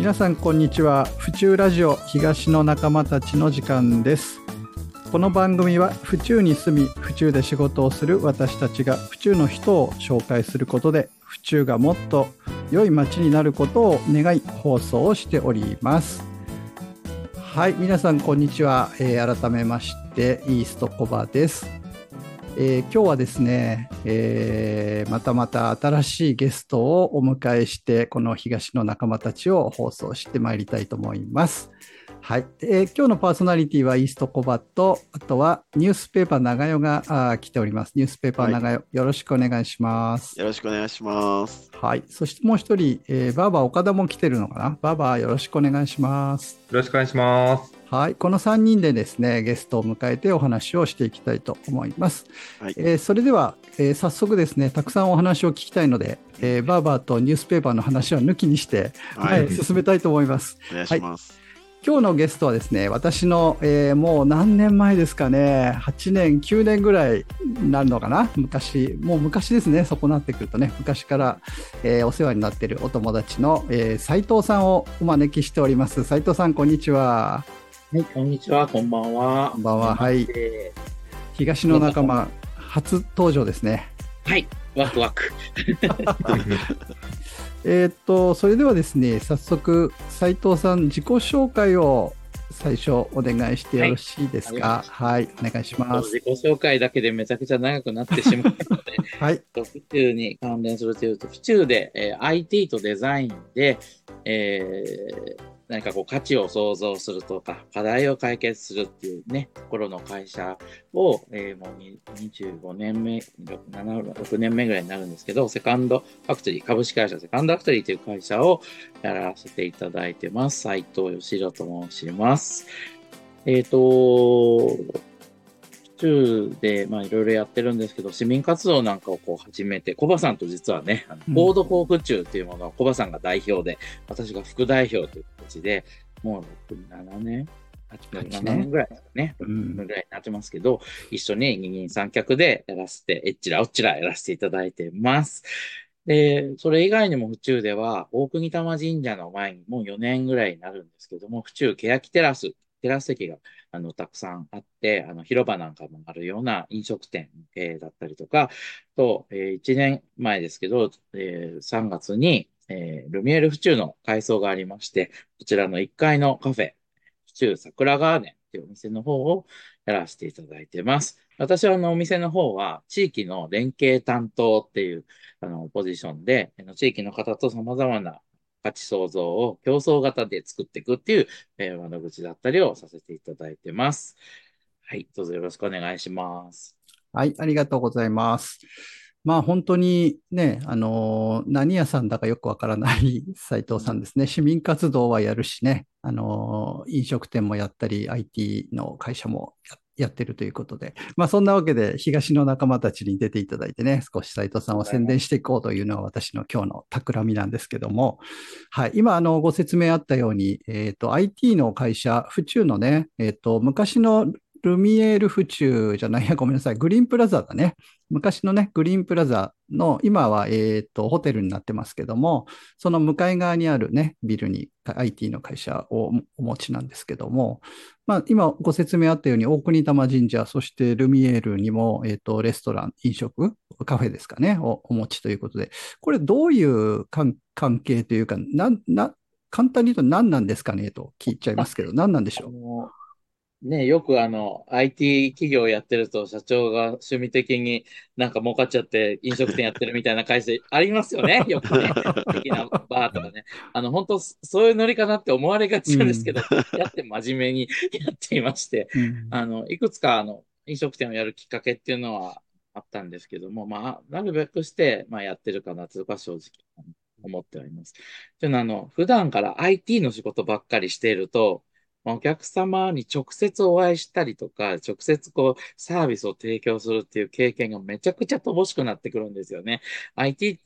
皆さんこんにちは。府中ラジオ東の仲間たちの時間です。この番組は府中に住み府中で仕事をする私たちが府中の人を紹介することで府中がもっと良い街になることを願い放送をしております。はい、皆さんこんにちは。改めましてイーストコバです。今日はですね、また新しいゲストをお迎えしてこの東の仲間たちを放送してまいりたいと思います。はい、今日のパーソナリティはイーストコバと、あとはニュースペーパー長代が来ております。ニュースペーパーはい。 長代、よろしくお願いします。 よろしくお願いします。 はい、そしてもう一人、バーバー岡田も来てるのかな。バーバーよろしくお願いします。 よろしくお願いします。 はい、この3人でですね、ゲストを迎えてお話をしていきたいと思います。 はい。 それでは、早速ですね、たくさんお話を聞きたいので、バーバーとニュースペーパーの話は抜きにしてはい。 前へ進めたいと思います。 お願いはい、 します。 今日のゲストはですね、私の、もう何年前ですかね、8年、9年ぐらいになるのかな、もう昔ですね、そこなってくるとね、昔から、お世話になっているお友達の、斉藤さんをお招きしております。斉藤さん、こんにちは。 はい、こんにちは、こんばんは。 こんばんは。 はじめまはい。 して。 東のまた、 仲間、初登場ですね。 はい、ワクワク。 それではですね、早速、斉藤さん、自己紹介を最初お願いしてよろはい、 しいですありまか。 した。 はい、お願いします。 自己紹介だけでめちゃくちゃ長くなってしまうので、 はい。 府中に関連するというと、府中で、IT とデザインで、何かこう価値を創造するとか、課題を解決するっていうね、ところの会社を、もう25年目、6年目ぐらいになるんですけど、セカンドファクトリー、株式会社セカンドファクトリーという会社をやらせていただいてます。斉藤義弘と申します。府中で、まあ、いろいろやってるんですけど、市民活動なんかをこう始めて、コバさんと実はね、 うん、 コードフォー府中っていうものをコバさんが代表で、私が副代表という形で、もう6、7年 8 7年年。 ぐらいですかね。6 うん。 年ぐらいになってますけど、一緒に二人三脚でやらせて、えっちらおっちらやらせていただいてます。で、それ以外にも府中では、大国玉神社の前にもう4年ぐらいになるんですけども、府中欅テラス席がたくさんあって、広場なんかもあるような飲食店、だったりとか、と、1年前ですけど、3月に、ルミエール府中の改装がありまして、こちらの1階のカフェ、府中桜ガーデンっていうお店の方をやらせていただいてます。私はお店の方は地域の連携担当っていうポジションで、地域の方と様々な価値創造を競争型で作っていくっていう、窓口だったりをさせていただいてます。はい、どうぞよろしくお願いします。 はい、ありがとうございます。まあ本当にね、何屋さんだかよくわからない斉藤さんですね。市民活動はやるしね、飲食店もやったり、IT の会社もやってるということで、まあそんなわけで東の仲間たちに出ていただいてね、少し斉藤さんを宣伝していこうというのが私の今日の企みなんですけども、はい、今ご説明あったように、IT の会社、府中のね、昔のルミエール府中じゃないや、ごめんなさい。グリーンプラザだね。昔のね、グリーンプラザの、今は、ホテルになってますけども、その向かい側にあるね、ビルに IT の会社をお持ちなんですけども、まあ、今ご説明あったように、大国玉神社、そしてルミエールにも、レストラン、飲食、カフェですかね、をお持ちということで、これどういう関係というか、簡単に言うと何なんですかねと聞いちゃいますけど、何なんでしょあのね、よくIT 企業やってると社長が趣味的になんか儲かっちゃって飲食店やってるみたいな会社ありますよね。よくね。素敵なバーとかね。本当そういうノリかなって思われがう。うちなんですけん。 ど、やって真面目にやっていまして、 うん。 いくつか飲食店をやるきっかけっていうのはあったんですけども、まあ、なるべくして、まあ、やってるかなというか正直思っております。というのは、普段から IT の仕事ばっかりしていると、まあお客様に直接お会いしたりとか、直接こうサービスを提供するっていう経験がめちゃくちゃ乏しくなってくるんですよね。IT って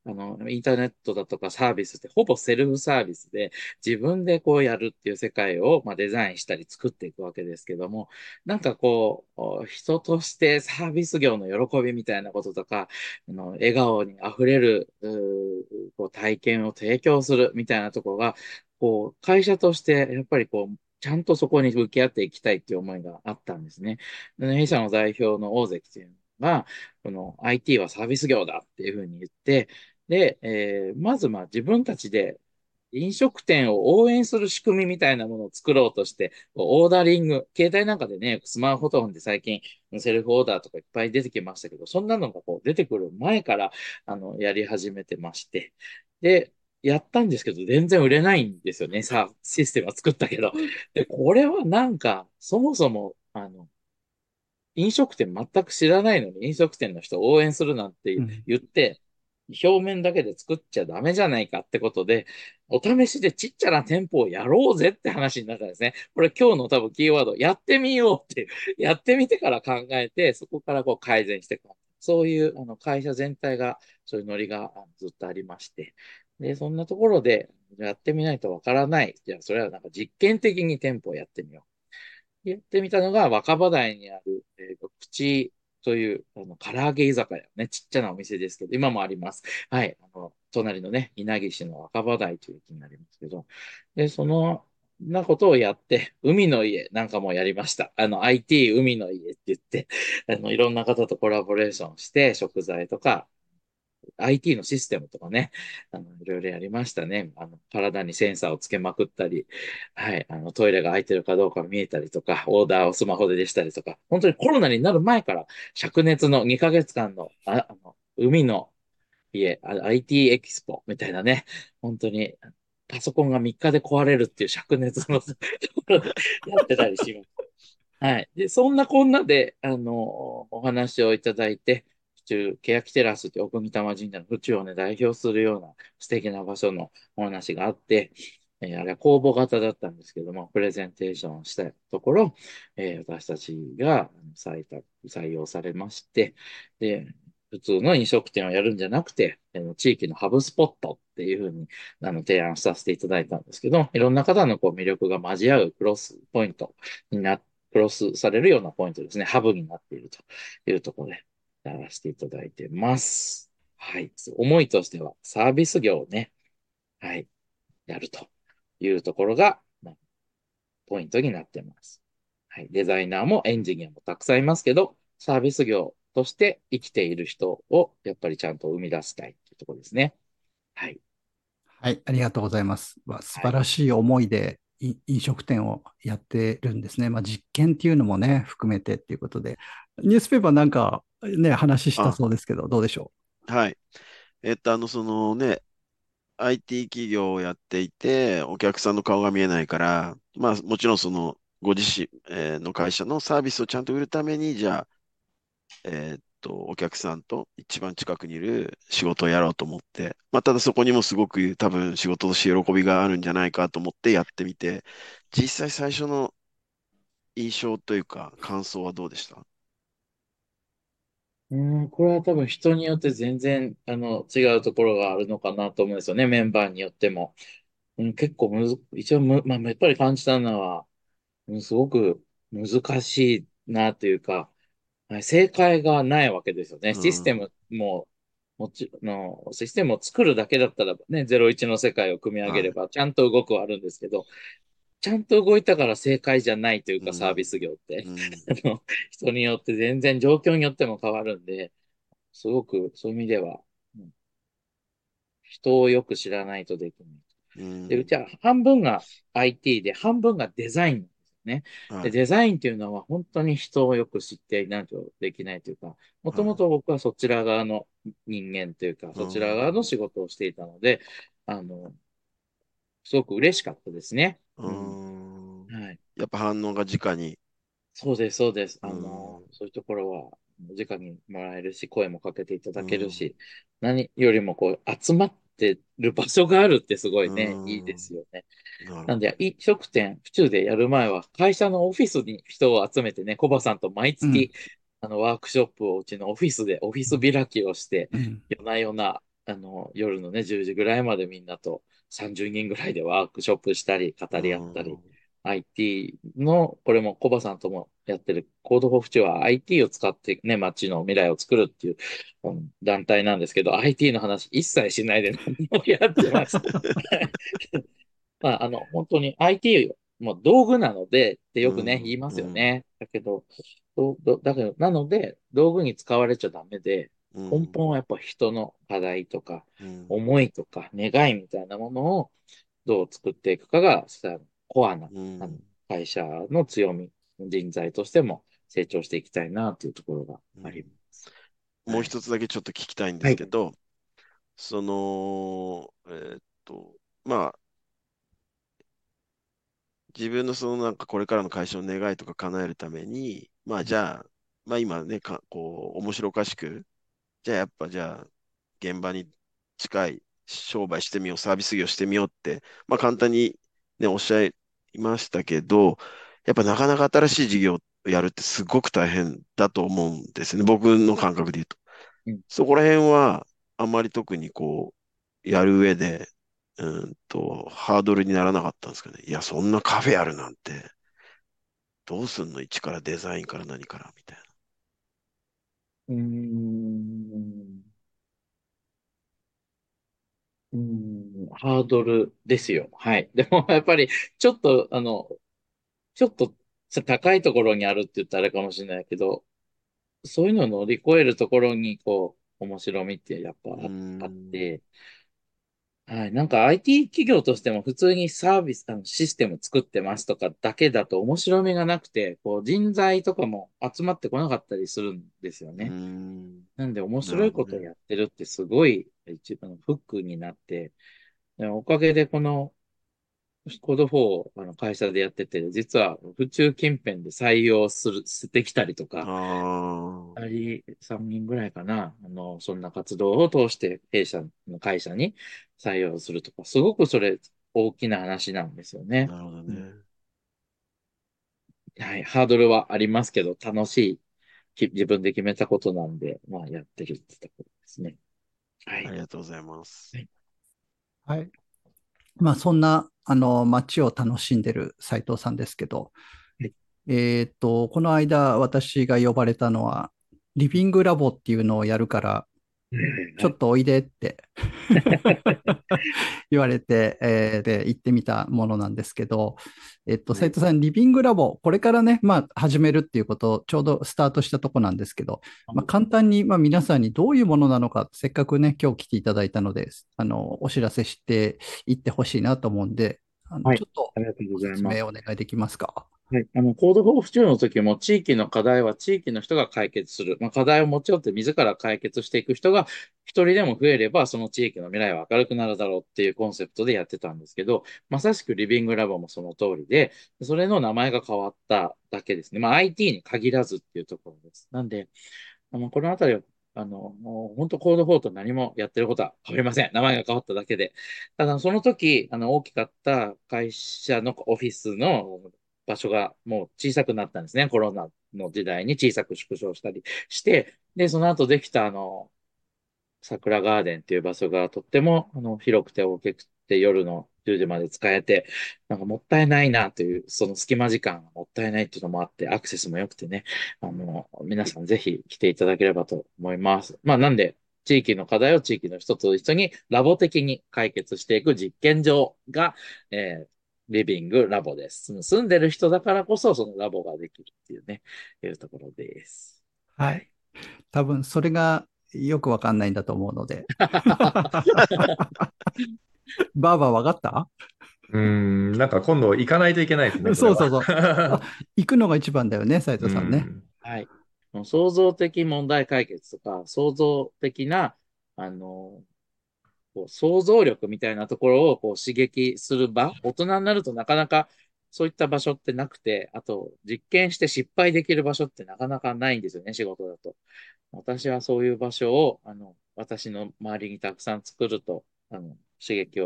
インターネットだとかサービスってほぼセルフサービスで自分でこうやるっていう世界を、デザインしたり作っていくわけですけども、なんかこう、人としてサービス業の喜びみたいなこととか、笑顔に溢れる、こう体験を提供するみたいなところが、こう、会社としてやっぱりこう、ちゃんとそこに向き合っていきたいっていう思いがあったんですね。で弊社の代表の大関というのが、この IT はサービス業だっていうふうに言って、で、まず自分たちで飲食店を応援する仕組みみたいなものを作ろうとして、オーダリング、携帯なんかでね、スマートフォンで最近セルフオーダーとかいっぱい出てきましたけど、そんなのがこう出てくる前から、やり始めてまして。で、やったんですけど、全然売れないんですよね。さあ、システムは作ったけど。で、これはなんか、そもそも、飲食店全く知らないのに飲食店の人を応援するなんてうん。 言って、表面だけで作っちゃダメじゃないかってことで、お試しでちっちゃな店舗をやろうぜって話になったんですね。これ今日の多分キーワード、やってみようっていう、やってみてから考えて、そこからこう改善していく。そういう会社全体が、そういうノリがずっとありまして。で、そんなところで、やってみないとわからない。じゃあ、それはなんか実験的に店舗をやってみよう。やってみたのが若葉台にある、口という、唐揚げ居酒屋ね、ちっちゃなお店ですけど、今もあります。はい。隣のね、稲城市の若葉台という駅になりますけど、で、なことをやって、海の家なんかもやりました。IT 海の家って言って、いろんな方とコラボレーションして、食材とか、IT のシステムとかね、いろいろやりましたね。体にセンサーをつけまくったり、はい、トイレが空いてるかどうか見えたりとか、オーダーをスマホでしたりとか、本当にコロナになる前から、灼熱の2ヶ月間の、海の家、IT エキスポみたいなね、本当に、パソコンが3日で壊れるっていう灼熱のところでやってたりします。はい。で、そんなこんなで、お話をいただいて、府中、欅テラスって奥御霊神社の府中をね、代表するような素敵な場所のお話があって、あれは公募型だったんですけども、プレゼンテーションしたところ、私たちが採用されまして、で、普通の飲食店をやるんじゃなくて、地域のハブスポットっていうふうに提案させていただいたんですけど、いろんな方のこう魅力が交わるクロスポイントになって、クロスされるようなポイントですね。ハブになっているというところでやらせていただいてます。はい。思いとしてはサービス業をね、はい、やるというところが、ポイントになってます。はい。デザイナーもエンジニアもたくさんいますけど、サービス業として生きている人をやっぱりちゃんと生み出したいというところですね。はい。 はい、ありがとうございます。素はい。 晴らしい思いで飲食店をやってるんですね。実験っていうのもね、含めてっていうことで。ニュースペーパーなんかね、話したあ、 そうですけど、どうでしょはい。そのね、IT 企業をやっていて、お客さんの顔が見えないから、まあ、もちろんその、ご自身、の会社のサービスをちゃんと売るために、じゃあ、お客さんと一番近くにいる仕事をやろうと思って、まあ、ただそこにもすごく多分仕事として喜びがあるんじゃないかと思ってやってみて、実際最初の印象というか、感想はどうでした？ これは多分人によって全然、違うところがあるのかなと思うんですよね。メンバーによっても。結構一応やっぱり感じたのは、すごく難しいなというか、はい正解がないわけですよね。 うん、 システムを作るだけだったらね、01の世界を組み上げはい。 れば、ちゃんと動くはあるんですけど、ちゃんと動いたから正解じゃないというか、サービうん、 ス業って。 うん、 あの人によって全然状況によっても変わるんで、すごくそういう意味では、うん人をよく知らないとできない。で、ううん、 ちは半分が IT で半分がデザインなんですよね。で、 はい、 デザインっていうのは本当に人をよく知っていないとできないというか、もともはい、 と僕はそちら側の人間というか、 うそちら側のん、 仕事をしていたので、あの、すごく嬉しかったですね。 ううん。 ん。 はい。 やっぱ反応が直に、 そうです、そうです。 うん、 そういうところは、直にもらえるし、声もかけていただけるうん、 し、何よりもこう、集まってる場所があるってすごういね、いいでん、 すよね。なんで、 なるほど。 飲食店、府中でやる前は、会社のオフィスに人を集めてね、コバさんと毎う。うん。 月、ワークショップをうちのオフィスで、オフィス開きをして、 うん。 夜な夜な、 夜のね、10時ぐらいまでみんなと30人ぐらいでワークショップしたり、語うり合ったり、 ん。 IT の、これもコバさんともやってるコードフォーフチュは IT を使ってね、街の未来を作るっていう、団体なんですけど、IT の話一切しないで何もやってます。まあ、本当に IT も道具なのでってうよくね、言いん。 ますうん。 よね。だけど、だけど、なので、道具に使われちゃダメで、根うん。 本はやっぱ人の課題とか、 うん。 思いとか、願いみたいなものをどう作っていくかが、コアな、あのうん。 会社の強み、人材としても成長していきたいなというところがありまうん。 す。 もうはい。 一つだけちょっと聞きたいんではい。 すけど、その、まあ、自分のそのなんかこれからの会社の願いとか叶えるために、まあじゃあ、まあ今ね、こう、面白おかしく、じゃあやっぱじゃあ、現場に近い商売してみよう、サービス業してみようって、まあ簡単にね、おっしゃいましたけど、やっぱなかなか新しい事業をやるってすごく大変だと思うんですね。僕の感覚で言うと。 うん。 そこら辺は、あまり特にこう、やる上で、ハードルにならなかったんですかね。いや、そんなカフェあるなんて、どうすんの一からデザインから何からみたいうーん。ハードルですよ。はい。でも、やっぱり、ちょっと、ちょっと高いところにあるって言ったらあれかもしれないけど、そういうのを乗り越えるところに、面白みってやっぱな。うーあっん。 て、はい。なんか IT 企業としても普通にサービス、システム作ってますとかだけだと面白みがなくて、人材とかも集まってこなかったりするんですようーね。 ん。 なんで面なるほどね。 白いことをやってるってすごい一番フックになって、でおかげでこのコード4を会社でやってて、実は府中近辺で採用してきたりとあか、 あ、 あり、3人ぐらいかな。そんな活動を通して弊社の会社に採用するとか、すごくそれ大きな話なんですよね。 なるほどうん。 ね。 はい、ハードルはありますけど、楽しい、自分で決めたことなんで、まあやってるってところですね。はい。 ありがとうございます。 はい。 はい。まあ、そんな、街を楽しんでる斉藤さんですけど、 はい。 この間私が呼ばれたのは、リビングラボっていうのをやるから、 はい。 ちょっとおいでって言われて、で、行ってみたものなんですけど、 はい。 斉藤さん、リビングラボ、これからね、まあ、始めるっていうことを、ちょうどスタートしたとこなんですけど、まあ、簡単に、まあ、皆さんにどういうものなのか、せっかくね、今日来ていただいたので、お知らせしていってほしいなと思うんで、 はい。 ちょっとありがとうごご説ざいます。 明お願いできますか？ はい。コードフォーフ中の時も地域の課題は地域の人が解決する。まあ、課題を持ち寄って自ら解決していく人が一人でも増えれば、その地域の未来は明るくなるだろうっていうコンセプトでやってたんですけど、まさしくリビングラボもその通りで、それの名前が変わっただけですね。まあ、IT に限らずっていうところです。なんで、このあたりは、もう本当コードフォーと何もやってることは変わりません。名前が変わっただけで。ただ、その時、大きかった会社のオフィスの場所がもう小さくなったんですね。コロナの時代に小さく縮小したりして、で、その後できた桜ガーデンっていう場所がとっても、広くて大きくて夜の10時まで使えて、なんかもったいないなという、その隙間時間がもったいないっていうのもあって、アクセスも良くてね、皆さんぜひ来ていただければと思います。まあ、なんで、地域の課題を地域の人と一緒にラボ的に解決していく実験場が、リビングラボです。住んでる人だからこそ、そのラボができるっていうね、いうところです。 はい。 はい。 多分、それがよくわかんないんだと思うので。バーバーわかった？ なんか今度行かないといけないですね、それそうそうそう。あ、 は。 行くのが一番だよね、斉う藤さんね。 ん。 はい。創造的問題解決とか、創造的な、あの、想像力みたいなところを刺激する場、大人になるとなかなかそういった場所ってなくて、あと実験して失敗できる場所ってなかなかないんですよね、仕事だと。私はそういう場所を、私の周りにたくさん作ると、刺激を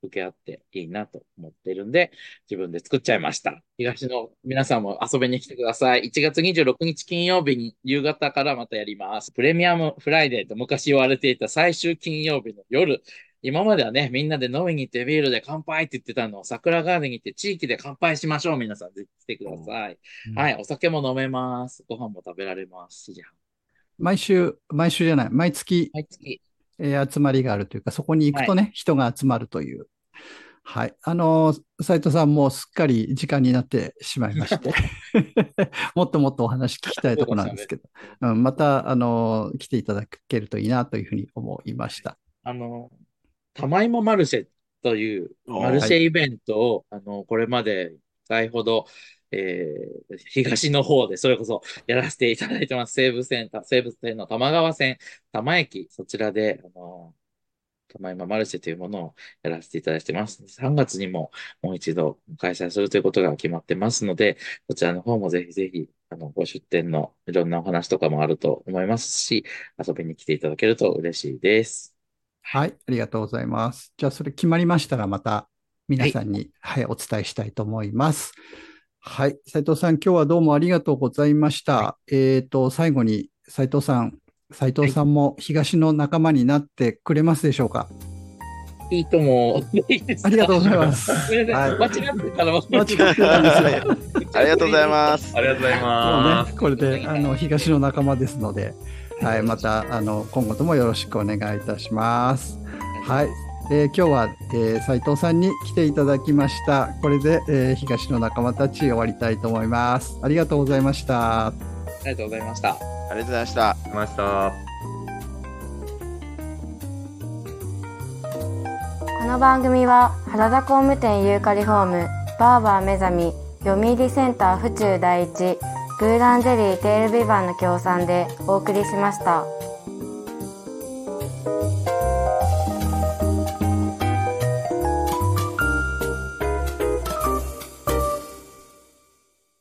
受け合っていいなと思ってるんで、自分で作っちゃいました。東の皆さんも遊びに来てください。1月26日金曜日に夕方からまたやります。プレミアムフライデーと昔言われていた最終金曜日の夜。今まではね、みんなで飲みに行ってビールで乾杯って言ってたのを桜ガーデンに行って地域で乾杯しましょう。皆さんぜひ来てください。はい、お酒も飲めます。ご飯も食べられます。7時半。 毎週じゃない、毎月、 毎月。 集まりがあるというか、そこに行くとね、人が集まるという。はい。斉藤さんもすっかり時間になってしまいまして、もっともっとお話聞きたいところなんですけど、また、来ていただけるといいなというふうに思いました。 玉芋マルシェというマルシェイベントを、これまで1回ほど、東の方でそれこそやらせていただいてます。西武線の玉川線、多摩駅、そちらで、玉芋マルシェというものをやらせていただいてます。3月にももう一度開催するということが決まってますので、こちらの方もぜひぜひ、ご出店のいろんなお話とかもあると思いますし、遊びに来ていただけると嬉しいです。 はい、ありがとうございます。じゃあ、それ決まりましたら、また皆さんに、はい、お伝えしたいと思います。はい、斉藤さん、今日はどうもありがとうございました。最後に斉藤さんも東の仲間になってくれますでしょうか？ いいとも。いいですか？ ありがとうございます。 間違ってたら間違ってたんですよ。 ありがとうございます。 ありがとうございます。 これで東の仲間ですので、はい、また今後ともよろしくお願いいたします。はい、今日は、斉藤さんに来ていただきました。これで、東の仲間たち終わりたいと思います。ありがとうございました。 ありがとうございました。 ありがとうございました。 この番組は原田工務店ユーカリホーム、バーバー目覚み、読売センター府中第一、グーランジェリーテールビバンの協賛でお送りしました。